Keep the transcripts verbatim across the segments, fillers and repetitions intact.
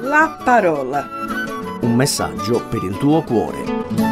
La parola. Un messaggio per il tuo cuore.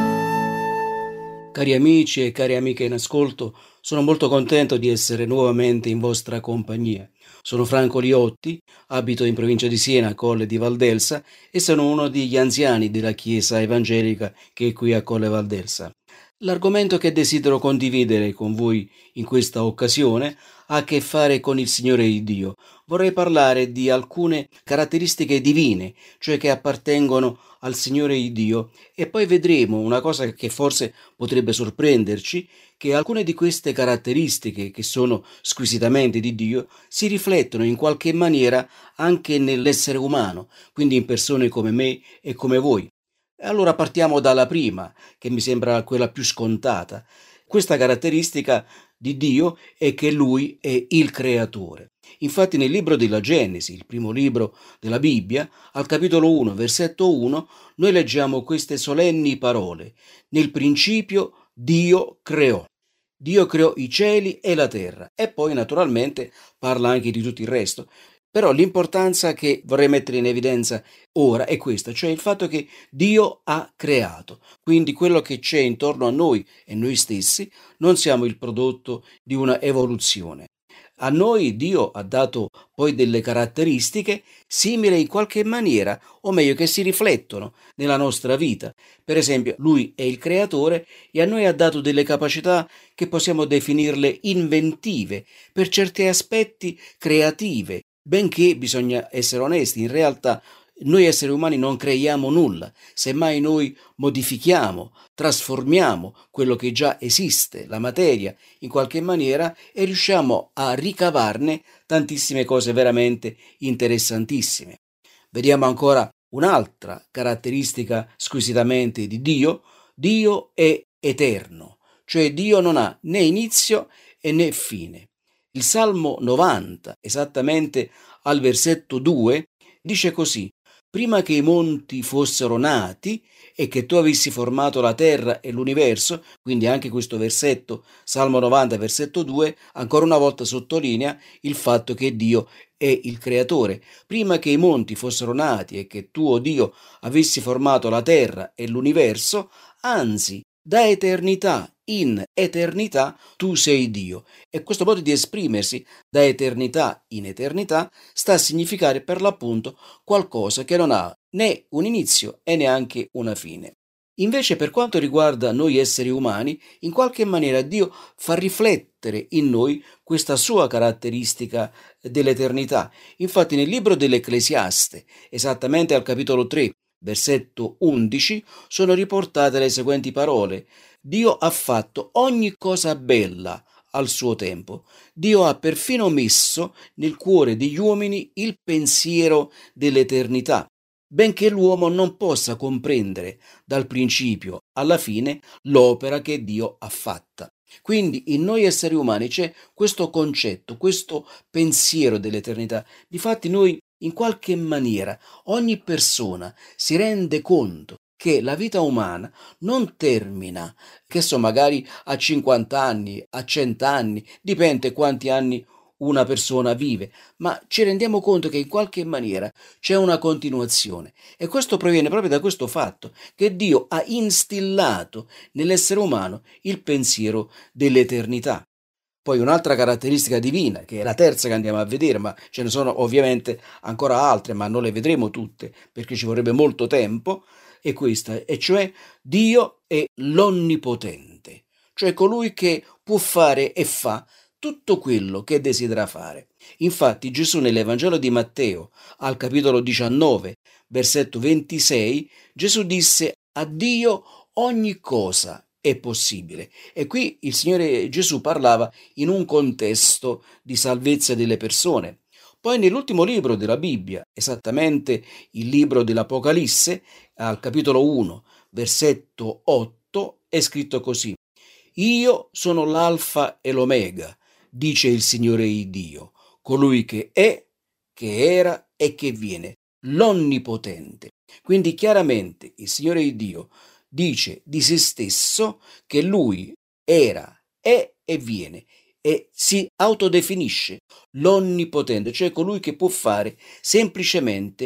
Cari amici e cari amiche in ascolto, sono molto contento di essere nuovamente in vostra compagnia. Sono Franco Liotti, abito in provincia di Siena, Colle di Valdelsa, e sono uno degli anziani della Chiesa evangelica che è qui a Colle Valdelsa. L'argomento che desidero condividere con voi in questa occasione ha a che fare con il Signore Dio. Vorrei parlare di alcune caratteristiche divine, cioè che appartengono al Signore Dio, e poi vedremo una cosa che forse potrebbe sorprenderci, che alcune di queste caratteristiche, che sono squisitamente di Dio, si riflettono in qualche maniera anche nell'essere umano, quindi in persone come me e come voi. Allora partiamo dalla prima, che mi sembra quella più scontata. Questa caratteristica di Dio è che Lui è il Creatore. Infatti nel libro della Genesi, il primo libro della Bibbia, al capitolo uno, versetto uno, noi leggiamo queste solenni parole. Nel principio Dio creò. Dio creò i cieli e la terra, e poi naturalmente parla anche di tutto il resto. Però l'importanza che vorrei mettere in evidenza ora è questa, cioè il fatto che Dio ha creato. Quindi quello che c'è intorno a noi e noi stessi non siamo il prodotto di una evoluzione. A noi Dio ha dato poi delle caratteristiche simili in qualche maniera, o meglio che si riflettono nella nostra vita. Per esempio, Lui è il creatore e a noi ha dato delle capacità che possiamo definirle inventive, per certi aspetti creative, benché bisogna essere onesti, in realtà noi esseri umani non creiamo nulla, semmai noi modifichiamo, trasformiamo quello che già esiste, la materia, in qualche maniera, e riusciamo a ricavarne tantissime cose veramente interessantissime. Vediamo ancora un'altra caratteristica squisitamente di Dio. Dio è eterno, cioè Dio non ha né inizio e né fine. Il Salmo novanta, esattamente al versetto due, dice così: prima che i monti fossero nati e che tu avessi formato la terra e l'universo, quindi anche questo versetto, Salmo novanta, versetto due, ancora una volta sottolinea il fatto che Dio è il creatore. Prima che i monti fossero nati e che tu, o Dio, avessi formato la terra e l'universo, anzi, da eternità in eternità tu sei Dio. E questo modo di esprimersi da eternità in eternità sta a significare per l'appunto qualcosa che non ha né un inizio e neanche una fine. Invece, per quanto riguarda noi esseri umani, in qualche maniera Dio fa riflettere in noi questa sua caratteristica dell'eternità. Infatti nel libro dell'Ecclesiaste, esattamente al capitolo tre, versetto undici, sono riportate le seguenti parole: Dio ha fatto ogni cosa bella al suo tempo. Dio ha perfino messo nel cuore degli uomini il pensiero dell'eternità, benché l'uomo non possa comprendere dal principio alla fine l'opera che Dio ha fatta. Quindi in noi esseri umani c'è questo concetto, questo pensiero dell'eternità. Difatti noi in qualche maniera, ogni persona si rende conto che la vita umana non termina, che so, magari a cinquanta anni, a cento anni, dipende quanti anni una persona vive, ma ci rendiamo conto che in qualche maniera c'è una continuazione, e questo proviene proprio da questo fatto che Dio ha instillato nell'essere umano il pensiero dell'eternità. Poi un'altra caratteristica divina, che è la terza che andiamo a vedere, ma ce ne sono ovviamente ancora altre, ma non le vedremo tutte perché ci vorrebbe molto tempo, è questa, e cioè Dio è l'onnipotente, cioè colui che può fare e fa tutto quello che desidera fare. Infatti Gesù nell'Evangelo di Matteo, al capitolo diciannove, versetto ventisei, Gesù disse: a Dio ogni cosa è possibile. E qui il Signore Gesù parlava in un contesto di salvezza delle persone. Poi nell'ultimo libro della Bibbia, esattamente il libro dell'Apocalisse, al capitolo uno, versetto otto, è scritto così: io sono l'Alfa e l'Omega, dice il Signore Dio, colui che è, che era e che viene, l'Onnipotente. Quindi chiaramente il Signore Dio dice di se stesso che Lui era, è e viene, e si autodefinisce l'Onnipotente, cioè colui che può fare semplicemente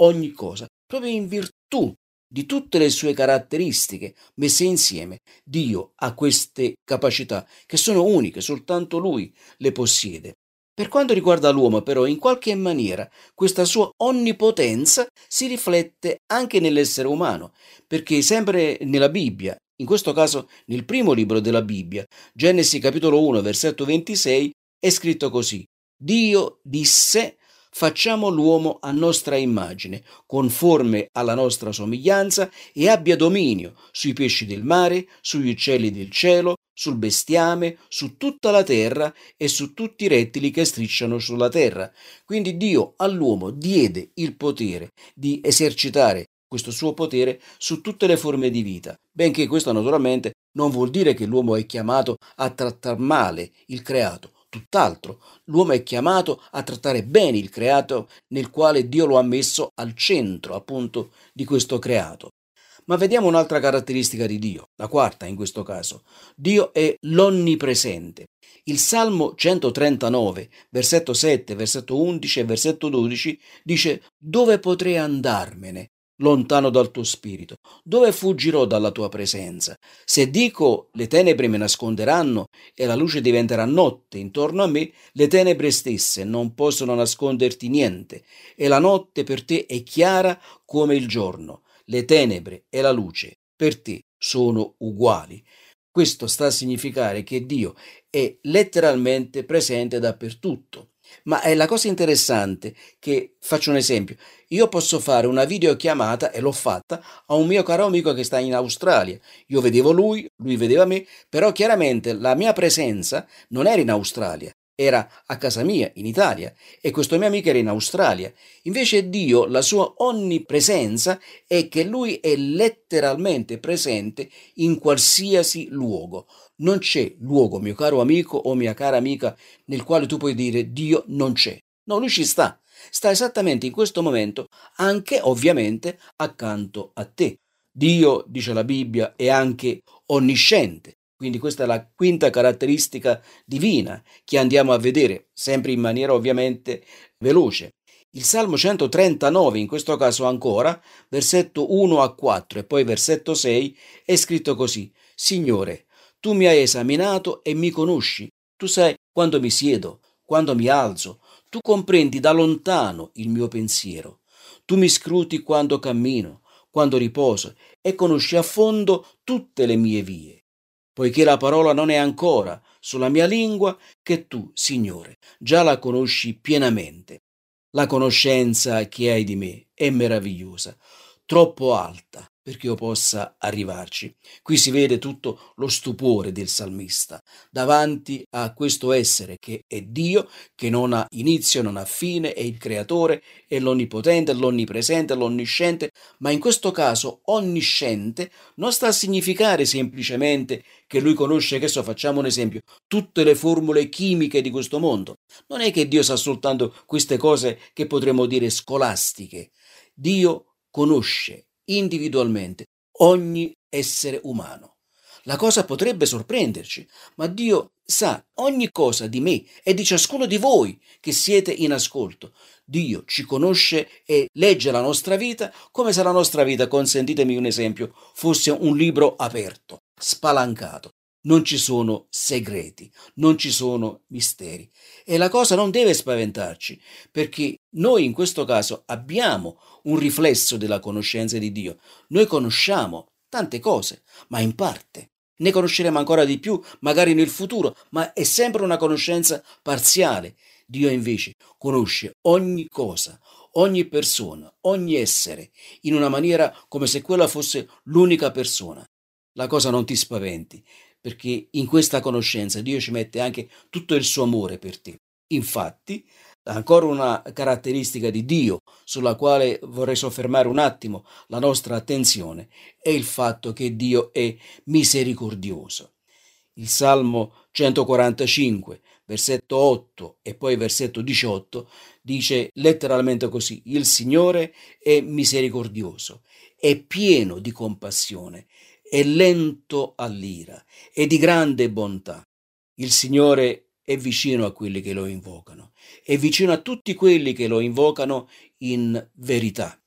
ogni cosa, proprio in virtù di tutte le sue caratteristiche messe insieme. Dio ha queste capacità che sono uniche, soltanto Lui le possiede. Per quanto riguarda l'uomo, però, in qualche maniera questa sua onnipotenza si riflette anche nell'essere umano, perché sempre nella Bibbia, in questo caso nel primo libro della Bibbia, Genesi capitolo uno, versetto ventisei, è scritto così: Dio disse: facciamo l'uomo a nostra immagine, conforme alla nostra somiglianza, e abbia dominio sui pesci del mare, sugli uccelli del cielo, sul bestiame, su tutta la terra e su tutti i rettili che strisciano sulla terra. Quindi Dio all'uomo diede il potere di esercitare questo suo potere su tutte le forme di vita, benché questo naturalmente non vuol dire che l'uomo è chiamato a trattare male il creato. Tutt'altro, l'uomo è chiamato a trattare bene il creato nel quale Dio lo ha messo al centro, appunto, di questo creato. Ma vediamo un'altra caratteristica di Dio, la quarta in questo caso. Dio è l'onnipresente. Il Salmo centotrentanove, versetto sette, versetto undici e versetto dodici dice: dove potrei andarmene lontano dal tuo spirito? Dove fuggirò dalla tua presenza? Se dico le tenebre mi nasconderanno e la luce diventerà notte intorno a me, le tenebre stesse non possono nasconderti niente, e la notte per te è chiara come il giorno. Le tenebre e la luce per te sono uguali. Questo sta a significare che Dio è letteralmente presente dappertutto. Ma è la cosa interessante che, faccio un esempio, io posso fare una videochiamata, e l'ho fatta, a un mio caro amico che sta in Australia. Io vedevo lui, lui vedeva me, però chiaramente la mia presenza non era in Australia, era a casa mia, in Italia, e questo mio amico era in Australia. Invece Dio, la sua onnipresenza è che Lui è letteralmente presente in qualsiasi luogo. Non c'è luogo, mio caro amico o mia cara amica, nel quale tu puoi dire Dio non c'è. No, Lui ci sta. Sta esattamente in questo momento, anche ovviamente accanto a te. Dio, dice la Bibbia, è anche onnisciente. Quindi questa è la quinta caratteristica divina che andiamo a vedere, sempre in maniera ovviamente veloce. Il Salmo centotrentanove, in questo caso ancora, versetto uno a quattro e poi versetto sei, è scritto così: Signore, tu mi hai esaminato e mi conosci, tu sai quando mi siedo, quando mi alzo, tu comprendi da lontano il mio pensiero, tu mi scruti quando cammino, quando riposo, e conosci a fondo tutte le mie vie. Poiché la parola non è ancora sulla mia lingua, che tu, Signore, già la conosci pienamente. La conoscenza che hai di me è meravigliosa, troppo alta perché io possa arrivarci. Qui si vede tutto lo stupore del salmista davanti a questo essere che è Dio, che non ha inizio, non ha fine, è il creatore, è l'onnipotente, l'onnipresente, l'onnisciente, ma in questo caso onnisciente non sta a significare semplicemente che lui conosce, che so, facciamo un esempio, tutte le formule chimiche di questo mondo. Non è che Dio sa soltanto queste cose che potremmo dire scolastiche. Dio conosce individualmente ogni essere umano. La cosa potrebbe sorprenderci, ma Dio sa ogni cosa di me e di ciascuno di voi che siete in ascolto. Dio ci conosce e legge la nostra vita come se la nostra vita, consentitemi un esempio, fosse un libro aperto, spalancato. Non ci sono segreti, non ci sono misteri. E la cosa non deve spaventarci, perché noi in questo caso abbiamo un riflesso della conoscenza di Dio. Noi conosciamo tante cose, ma in parte. Ne conosceremo ancora di più, magari nel futuro, ma è sempre una conoscenza parziale. Dio invece conosce ogni cosa, ogni persona, ogni essere, in una maniera come se quella fosse l'unica persona. La cosa non ti spaventi, perché in questa conoscenza Dio ci mette anche tutto il suo amore per te. Infatti, ancora una caratteristica di Dio sulla quale vorrei soffermare un attimo la nostra attenzione è il fatto che Dio è misericordioso. Il Salmo centoquarantacinque, versetto otto e poi versetto diciotto dice letteralmente così: il Signore è misericordioso, è pieno di compassione, è lento all'ira e di grande bontà. Il Signore è vicino a quelli che lo invocano, è vicino a tutti quelli che lo invocano in verità.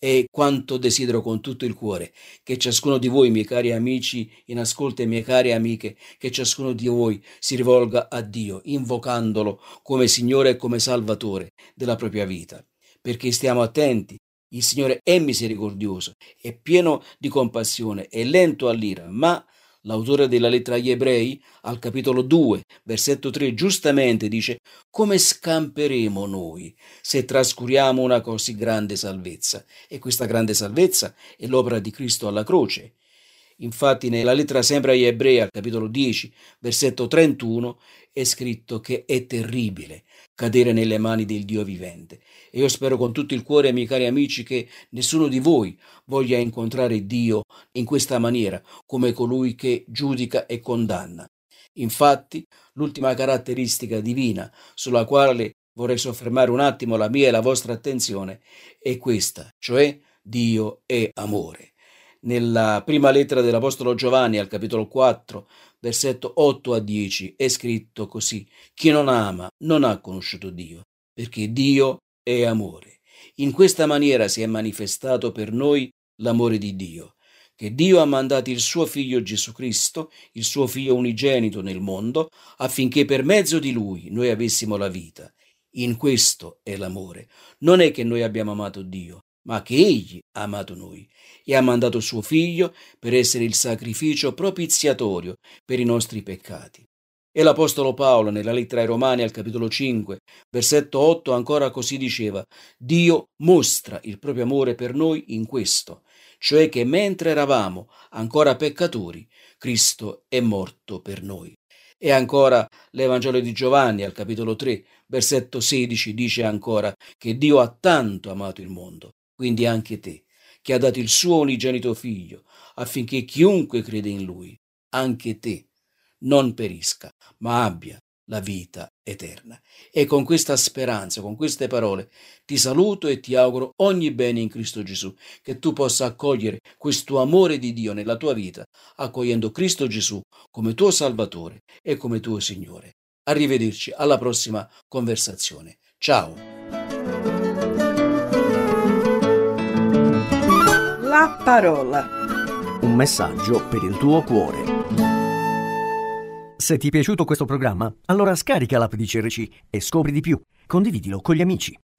E quanto desidero con tutto il cuore che ciascuno di voi, miei cari amici in ascolto e mie care amiche, che ciascuno di voi si rivolga a Dio, invocandolo come Signore e come Salvatore della propria vita, perché stiamo attenti. Il Signore è misericordioso, è pieno di compassione, è lento all'ira, ma l'autore della lettera agli Ebrei, al capitolo due, versetto tre, giustamente dice: come scamperemo noi se trascuriamo una così grande salvezza? E questa grande salvezza è l'opera di Cristo alla croce. Infatti nella lettera sempre agli Ebrei, al capitolo dieci, versetto trentuno, è scritto che è terribile cadere nelle mani del Dio vivente. E io spero con tutto il cuore, miei cari amici, che nessuno di voi voglia incontrare Dio in questa maniera, come colui che giudica e condanna. Infatti, l'ultima caratteristica divina sulla quale vorrei soffermare un attimo la mia e la vostra attenzione è questa, cioè Dio è amore. Nella prima lettera dell'Apostolo Giovanni, al capitolo quattro, versetto otto a dieci, è scritto così: chi non ama non ha conosciuto Dio, perché Dio è amore. In questa maniera si è manifestato per noi l'amore di Dio, che Dio ha mandato il suo Figlio Gesù Cristo, il suo Figlio unigenito nel mondo, affinché per mezzo di Lui noi avessimo la vita. In questo è l'amore. Non è che noi abbiamo amato Dio, ma che Egli ha amato noi e ha mandato suo Figlio per essere il sacrificio propiziatorio per i nostri peccati. E l'Apostolo Paolo, nella lettera ai Romani, al capitolo cinque, versetto otto, ancora così diceva: Dio mostra il proprio amore per noi in questo, cioè che mentre eravamo ancora peccatori, Cristo è morto per noi. E ancora l'Evangelo di Giovanni, al capitolo tre, versetto sedici, dice ancora che Dio ha tanto amato il mondo, quindi anche te, che ha dato il suo unigenito Figlio, affinché chiunque crede in Lui, anche te, non perisca, ma abbia la vita eterna. E con questa speranza, con queste parole, ti saluto e ti auguro ogni bene in Cristo Gesù, che tu possa accogliere questo amore di Dio nella tua vita, accogliendo Cristo Gesù come tuo Salvatore e come tuo Signore. Arrivederci alla prossima conversazione. Ciao! La parola. Un messaggio per il tuo cuore. Se ti è piaciuto questo programma, allora scarica l'app di C R C e scopri di più. Condividilo con gli amici.